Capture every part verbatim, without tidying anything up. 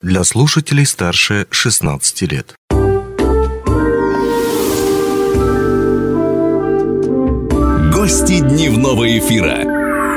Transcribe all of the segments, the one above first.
для слушателей старше шестнадцати лет. Гости дневного эфира.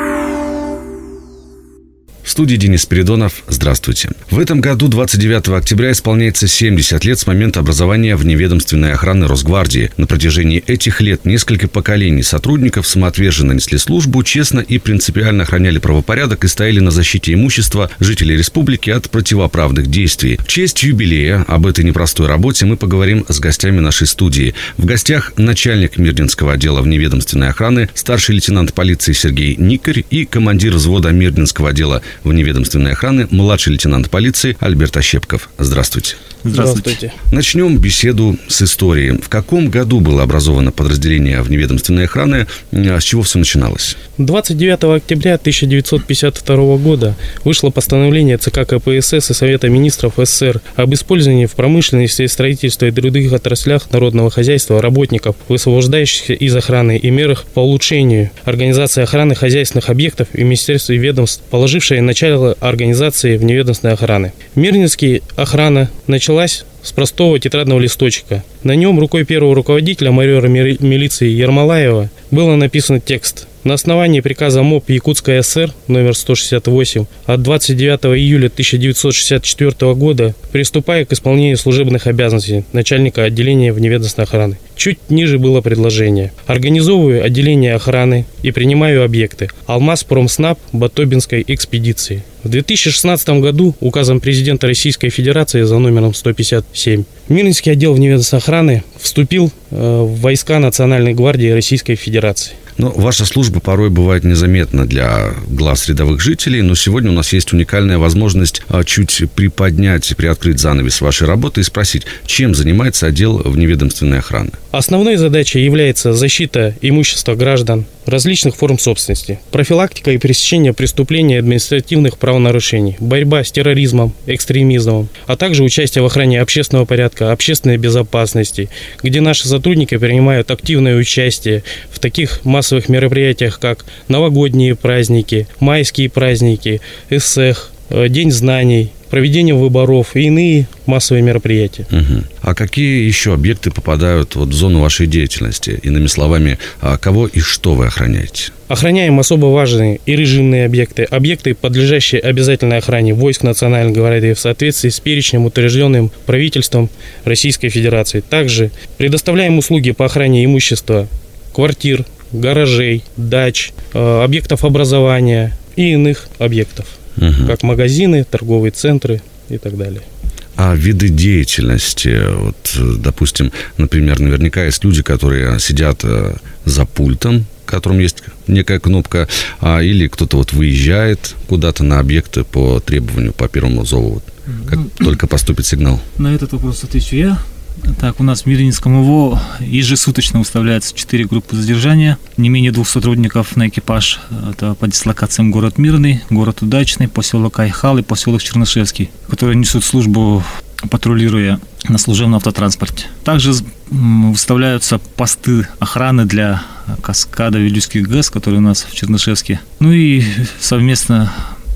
В студии Денис Спиридонов. Здравствуйте. В этом году, двадцать девятого октября, исполняется семьдесят лет с момента образования вневедомственной охраны Росгвардии. На протяжении этих лет несколько поколений сотрудников самоотверженно несли службу, честно и принципиально охраняли правопорядок и стояли на защите имущества жителей республики от противоправных действий. В честь юбилея об этой непростой работе мы поговорим с гостями нашей студии. В гостях начальник Мирнинского отдела вневедомственной охраны, старший лейтенант полиции Сергей Никарь и командир взвода Мирнинского отдела вневедомственной охраны, младший лейтенант полиции Альберт Ощепков. Здравствуйте. Здравствуйте. Начнем беседу с истории. В каком году было образовано подразделение вневедомственной охраны? С чего все начиналось? двадцать девятого октября тысяча девятьсот пятьдесят второго года вышло постановление ЦК КПСС и Совета министров СССР об использовании в промышленности, строительстве и других отраслях народного хозяйства работников, высвобождающихся из охраны, и мерах по улучшению организации охраны хозяйственных объектов и министерств и ведомств, положившее начало организации вневедомственной охраны. Мирнинский охрана началась с простого тетрадного листочка. На нем рукой первого руководителя, майора милиции Ермолаева, был написан текст. На основании приказа МОП Якутской ССР номер сто шестьдесят восемь от двадцать девятого июля тысяча девятьсот шестьдесят четвёртого года приступая к исполнению служебных обязанностей начальника отделения вневедомственной охраны. Чуть ниже было предложение. Организовываю отделение охраны и принимаю объекты Алмазпромснаб Батобинской экспедиции. В две тысячи шестнадцатом году указом президента Российской Федерации за номером сто пятьдесят семь Мирнинский отдел вневедомственной охраны вступил в войска Национальной гвардии Российской Федерации. Но ваша служба порой бывает незаметна для глаз рядовых жителей, но сегодня у нас есть уникальная возможность чуть приподнять, приоткрыть занавес вашей работы и спросить, чем занимается отдел вневедомственной охраны? Основной задачей является защита имущества граждан, различных форм собственности, профилактика и пресечение преступлений и административных правонарушений, борьба с терроризмом, экстремизмом, а также участие в охране общественного порядка, общественной безопасности, где наши сотрудники принимают активное участие в таких массовых мероприятиях, как новогодние праздники, майские праздники, ЭСЭХ, День знаний, проведение выборов и иные массовые мероприятия. Угу. А какие еще объекты попадают вот в зону вашей деятельности? Иными словами, кого и что вы охраняете? Охраняем особо важные и режимные объекты, объекты, подлежащие обязательной охране войск Национальной гвардии в соответствии с перечнем, утвержденным правительством Российской Федерации. Также предоставляем услуги по охране имущества, квартир, гаражей, дач, объектов образования и иных объектов. Угу. Как магазины, торговые центры и так далее. А виды деятельности, вот, допустим, например, наверняка есть люди, которые сидят за пультом, в котором есть некая кнопка, а, или кто-то вот выезжает куда-то на объекты по требованию, по первому зову, как ну, только поступит сигнал. На этот вопрос отвечу я. Так, у нас в Мирнинском ИВО ежесуточно выставляются четыре группы задержания, не менее двух сотрудников на экипаж. Это по дислокациям город Мирный, город Удачный, поселок Айхал и поселок Чернышевский, которые несут службу, патрулируя на служебном автотранспорте. Также выставляются посты охраны для каскада Вилюйских ГЭС, который у нас в Чернышевске. Ну и совместно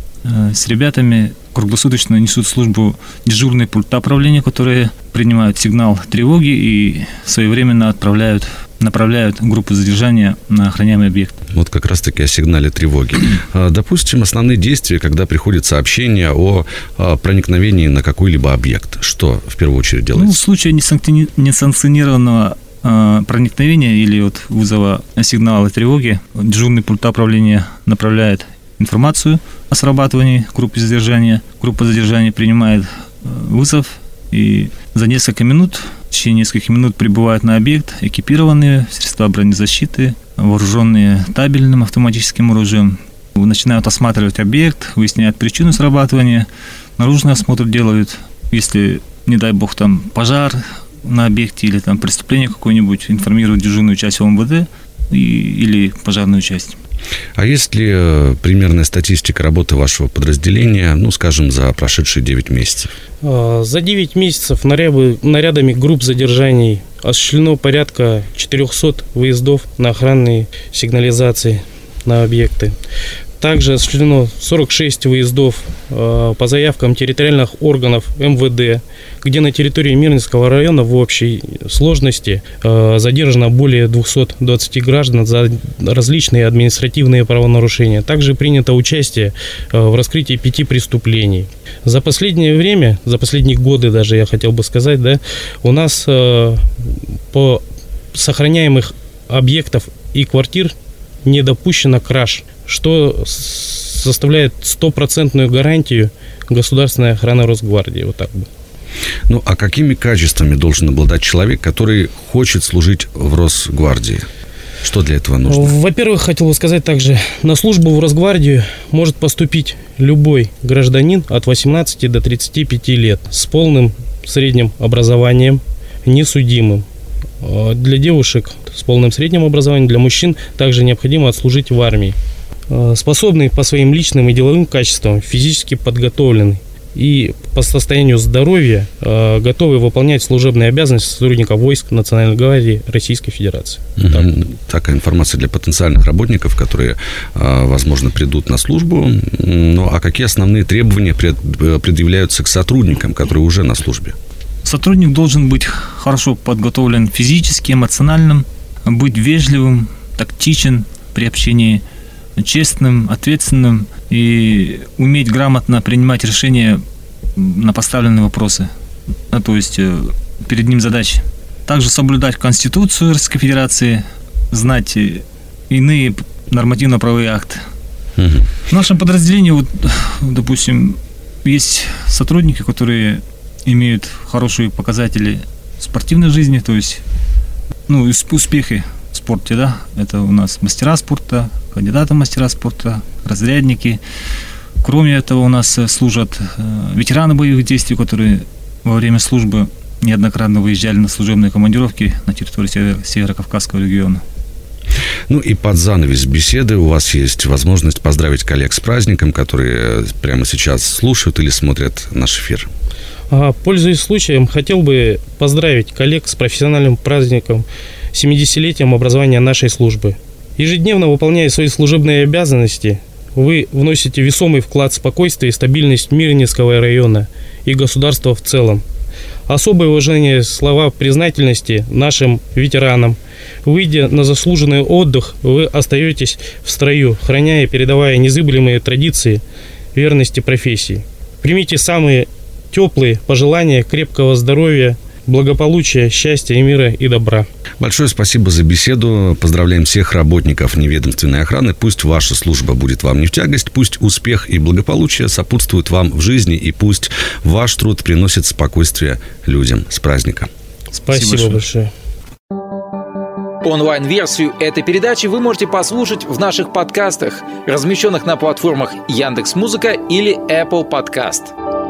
с ребятами круглосуточно несут службу дежурные пульта управления, которые принимают сигнал тревоги и своевременно отправляют, направляют группы задержания на охраняемый объект. Вот как раз-таки о сигнале тревоги. Допустим, основные действия, когда приходит сообщение о проникновении на какой-либо объект. Что в первую очередь делается? Ну, в случае несанкционированного проникновения или вот вызова сигнала тревоги, дежурный пульт управления направляет информацию о срабатывании группы задержания. Группа задержания принимает вызов, и за несколько минут, в течение нескольких минут прибывают на объект экипированные средства бронезащиты, вооруженные табельным автоматическим оружием. Начинают осматривать объект, выясняют причину срабатывания, наружный осмотр делают. Если, не дай бог, там пожар на объекте или там преступление какое-нибудь, информируют дежурную часть ОМВД и, или пожарную часть. А есть ли примерная статистика работы вашего подразделения, ну, скажем, за прошедшие девять месяцев? За девять месяцев наряды, нарядами групп задержаний осуществлено порядка четырехсот выездов на охранные сигнализации на объекты. Также осуществлено сорок шесть выездов по заявкам территориальных органов эм вэ дэ, где на территории Мирнинского района в общей сложности задержано более двухсот двадцати граждан за различные административные правонарушения. Также принято участие в раскрытии пяти преступлений. За последнее время, за последние годы даже, я хотел бы сказать, да, у нас по сохраняемых объектов и квартир не допущено краж, что составляет стопроцентную гарантию государственной охраны Росгвардии. Вот так бы. Ну, а какими качествами должен обладать человек, который хочет служить в Росгвардии? Что для этого нужно? Во-первых, хотел бы сказать также, на службу в Росгвардию может поступить любой гражданин от восемнадцати до тридцати пяти лет с полным средним образованием, несудимым. Для девушек с полным средним образованием, для мужчин также необходимо отслужить в армии. Способный по своим личным и деловым качествам, физически подготовленный и по состоянию здоровья готовы выполнять служебные обязанности сотрудников войск Национальной гвардии Российской Федерации. Угу. Так. Такая информация для потенциальных работников, которые, возможно, придут на службу. Ну, а какие основные требования предъявляются к сотрудникам, которые уже на службе? Сотрудник должен быть хорошо подготовлен физически, эмоционально, быть вежливым, тактичен при общении, честным, ответственным и уметь грамотно принимать решения на поставленные вопросы, а, то есть перед ним задачи. Также соблюдать Конституцию Российской Федерации, знать иные нормативно-правовые акты. Угу. В нашем подразделении, вот, допустим, есть сотрудники, которые имеют хорошие показатели в спортивной жизни, то есть ну, успехи в спорте, да, это у нас мастера спорта, кандидаты в мастера спорта, разрядники. Кроме этого у нас служат ветераны боевых действий, которые во время службы неоднократно выезжали на служебные командировки на территории Северо-Кавказского региона. Ну и под занавес беседы у вас есть возможность поздравить коллег с праздником, которые прямо сейчас слушают или смотрят наш эфир. Пользуясь случаем, хотел бы поздравить коллег с профессиональным праздником семидесятилетием образования нашей службы. Ежедневно выполняя свои служебные обязанности, вы вносите весомый вклад в спокойствие и стабильность Мирнинского района и государства в целом. Особое уважение, слова признательности нашим ветеранам. Выйдя на заслуженный отдых, вы остаетесь в строю, храня и передавая незыблемые традиции верности профессии. Примите самые теплые пожелания крепкого здоровья, благополучия, счастья и мира и добра. Большое спасибо за беседу. Поздравляем всех работников неведомственной охраны. Пусть ваша служба будет вам не в тягость, пусть успех и благополучие сопутствуют вам в жизни, и пусть ваш труд приносит спокойствие людям. С праздником. Спасибо, Спасибо большое. Онлайн-версию этой передачи вы можете послушать в наших подкастах, размещенных на платформах Яндекс.Музыка или Apple Podcast.